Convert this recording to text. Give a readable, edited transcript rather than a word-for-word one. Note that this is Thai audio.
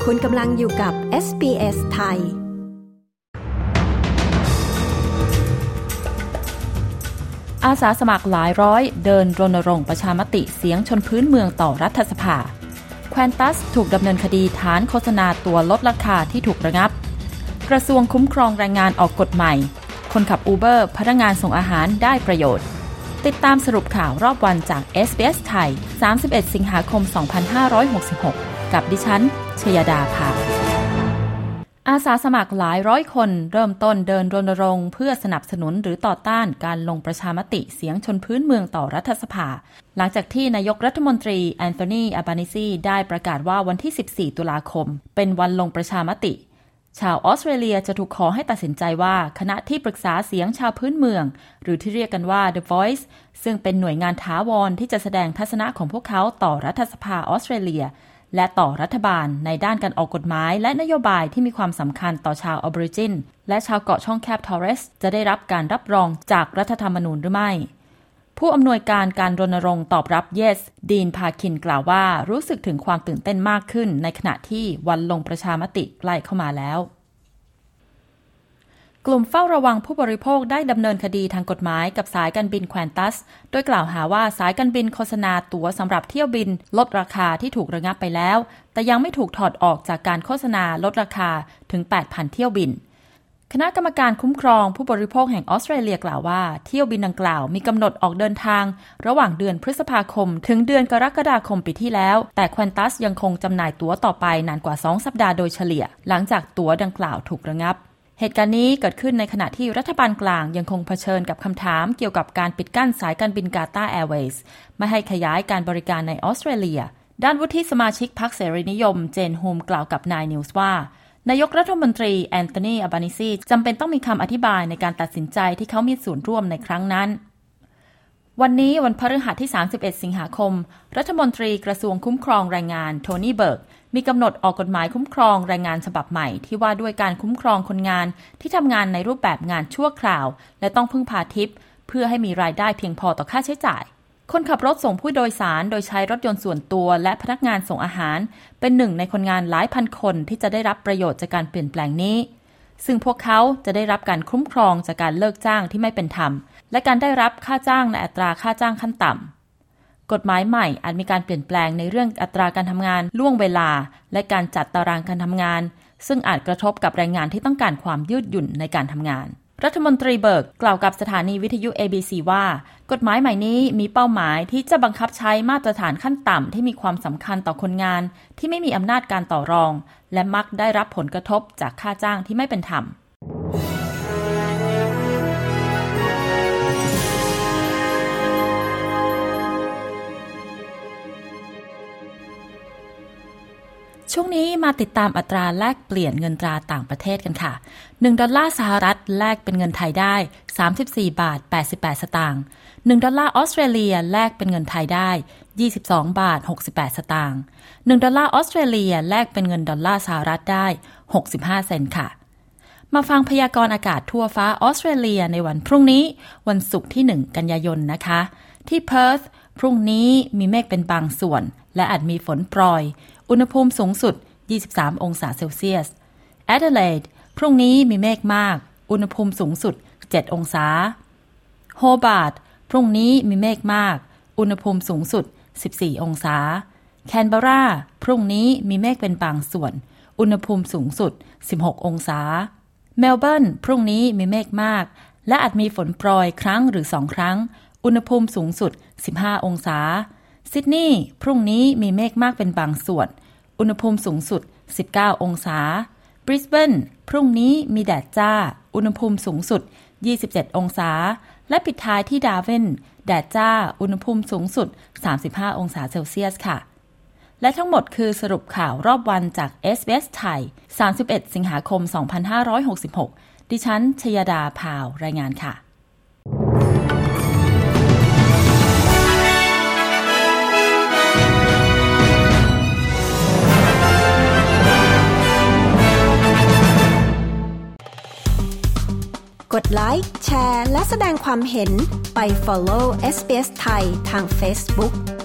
คุณกำลังอยู่กับ SBS ไทยอาสาสมัครหลายร้อยเดินรณรงค์ประชามติเสียงชนพื้นเมืองต่อรัฐสภาแควนตัสถูกดำเนินคดีฐานโฆษณาตัวลดราคาที่ถูกระงับกระทรวงคุ้มครองแรงงานออกกฎใหม่คนขับ Uber พนักงานส่งอาหารได้ประโยชน์ติดตามสรุปข่าวรอบวันจาก SBS ไทย 31 สิงหาคม 2566 กับดิฉันชยดาภาอาสาสมัครหลายร้อยคนเริ่มต้นเดินรณรงค์เพื่อสนับสนุนหรือต่อต้านการลงประชามติเสียงชนพื้นเมืองต่อรัฐสภาหลังจากที่นายกรัฐมนตรีแอนโทนี อัลบานิซีได้ประกาศว่าวันที่ 14 ตุลาคมเป็นวันลงประชามติชาวออสเตรเลียจะถูกขอให้ตัดสินใจว่าคณะที่ปรึกษาเสียงชาวพื้นเมืองหรือที่เรียกกันว่า The Voice ซึ่งเป็นหน่วยงานถาวรที่จะแสดงทัศนะของพวกเขาต่อรัฐสภาออสเตรเลียและต่อรัฐบาลในด้านการออกกฎหมายและนโยบายที่มีความสำคัญต่อชาวออบอริจินและชาวเกาะช่องแคบทอร์เรสจะได้รับการรับรองจากรัฐธรรมนูญหรือไม่ผู้อำนวยการการรณรงค์ตอบรับ Yes ดีนพาคินกล่าวว่ารู้สึกถึงความตื่นเต้นมากขึ้นในขณะที่วันลงประชามติใกล้เข้ามาแล้วกลุ่มเฝ้าระวังผู้บริโภคได้ดำเนินคดีทางกฎหมายกับสายการบินแควนตัสโดยกล่าวหาว่าสายการบินโฆษณาตั๋วสำหรับเที่ยวบินลดราคาที่ถูกระงับไปแล้วแต่ยังไม่ถูกถอดออกจากการโฆษณาลดราคาถึง 8,000 เที่ยวบินคณะกรรมการคุ้มครองผู้บริโภคแห่งออสเตรเลียกล่าวว่าเที่ยวบินดังกล่าวมีกำหนดออกเดินทางระหว่างเดือนพฤษภาคมถึงเดือนกรกฎาคมปีที่แล้วแต่แควนตัสยังคงจำหน่ายตั๋วต่อไปนานกว่า2สัปดาห์โดยเฉลี่ยหลังจากตั๋วดังกล่าวถูกระงับเหตุการณ์นี้เกิดขึ้นในขณะที่รัฐบาลกลางยังคงเผชิญกับคำถามเกี่ยวกับการปิดกั้นสายการบินกาตาร์แอร์เวย์สไม่ให้ขยายการบริการในออสเตรเลียด้านวุฒิสมาชิกพรรคเสรีนิยมเจนฮูมกล่าวกับนายนิวส์ว่านายกรัฐมนตรีแอนโทนี อัลบานิซีจำเป็นต้องมีคำอธิบายในการตัดสินใจที่เขามีส่วนร่วมในครั้งนั้นวันนี้วันพฤหัสที่ 31 สิงหาคมรัฐมนตรีกระทรวงคุ้มครองแรงงานโทนี่เบิร์กมีกำหนดออกกฎหมายคุ้มครองแรงงานฉบับใหม่ที่ว่าด้วยการคุ้มครองคนงานที่ทำงานในรูปแบบงานชั่วคราวและต้องพึ่งพาทิปเพื่อให้มีรายได้เพียงพอต่อค่าใช้จ่ายคนขับรถส่งผู้โดยสารโดยใช้รถยนต์ส่วนตัวและพนักงานส่งอาหารเป็นหนึ่งในคนงานหลายพันคนที่จะได้รับประโยชน์จากการเปลี่ยนแปลงนี้ซึ่งพวกเขาจะได้รับการคุ้มครองจากการเลิกจ้างที่ไม่เป็นธรรมและการได้รับค่าจ้างในอัตราค่าจ้างขั้นต่ำกฎหมายใหม่อาจมีการเปลี่ยนแปลงในเรื่องอัตราการทำงานล่วงเวลาและการจัดตารางการทำงานซึ่งอาจกระทบกับแรงงานที่ต้องการความยืดหยุ่นในการทำงานรัฐมนตรีเบิร์กกล่าวกับสถานีวิทยุ ABC ว่ากฎหมายใหม่นี้มีเป้าหมายที่จะบังคับใช้มาตรฐานขั้นต่ำที่มีความสำคัญต่อคนงานที่ไม่มีอำนาจการต่อรองและมักได้รับผลกระทบจากค่าจ้างที่ไม่เป็นธรรมช่วงนี้มาติดตามอัตราแลกเปลี่ยนเงินตราต่างประเทศกันค่ะ1ดอลลาร์สหรัฐแลกเป็นเงินไทยได้34บาท88สตางค์1ดอลลาร์ออสเตรเลียแลกเป็นเงินไทยได้22บาท68สตางค์1ดอลลาร์ออสเตรเลียแลกเป็นเงินดอลลาร์สหรัฐได้65เซนต์ค่ะมาฟังพยากรณ์อากาศทั่วฟ้าออสเตรเลียในวันพรุ่งนี้วันศุกร์ที่1กันยายนนะคะที่เพิร์ธพรุ่งนี้มีเมฆเป็นบางส่วนและอาจมีฝนโปรยอุณหภูมิสูงสุด23องศาเซลเซียสแอดิเลดพรุ่งนี้มีเมฆมากอุณหภูมิสูงสุด7องศาโฮบาร์ตพรุ่งนี้มีเมฆมากอุณหภูมิสูงสุด14องศาแคนเบอราพรุ่งนี้มีเมฆเป็นบางส่วนอุณหภูมิสูงสุด16องศาเมลเบิร์นพรุ่งนี้มีเมฆมากและอาจมีฝนโปรยครั้งหรือ2ครั้งอุณหภูมิสูงสุด15องศาซิดนีย์พรุ่งนี้มีเมฆมากเป็นบางส่วนอุณหภูมิสูงสุด19องศาบริสเบนพรุ่งนี้มีแดดจ้าอุณหภูมิสูงสุด27องศาและปิดท้ายที่ดาร์วินแดดจ้าอุณหภูมิสูงสุด35องศาเซลเซียสค่ะและทั้งหมดคือสรุปข่าวรอบวันจาก SBS ไทย31สิงหาคม2566ดิฉันชยดาภาวรายงานค่ะกดไลค์แชร์และแสดงความเห็นไป follow SBS ไทยทาง Facebook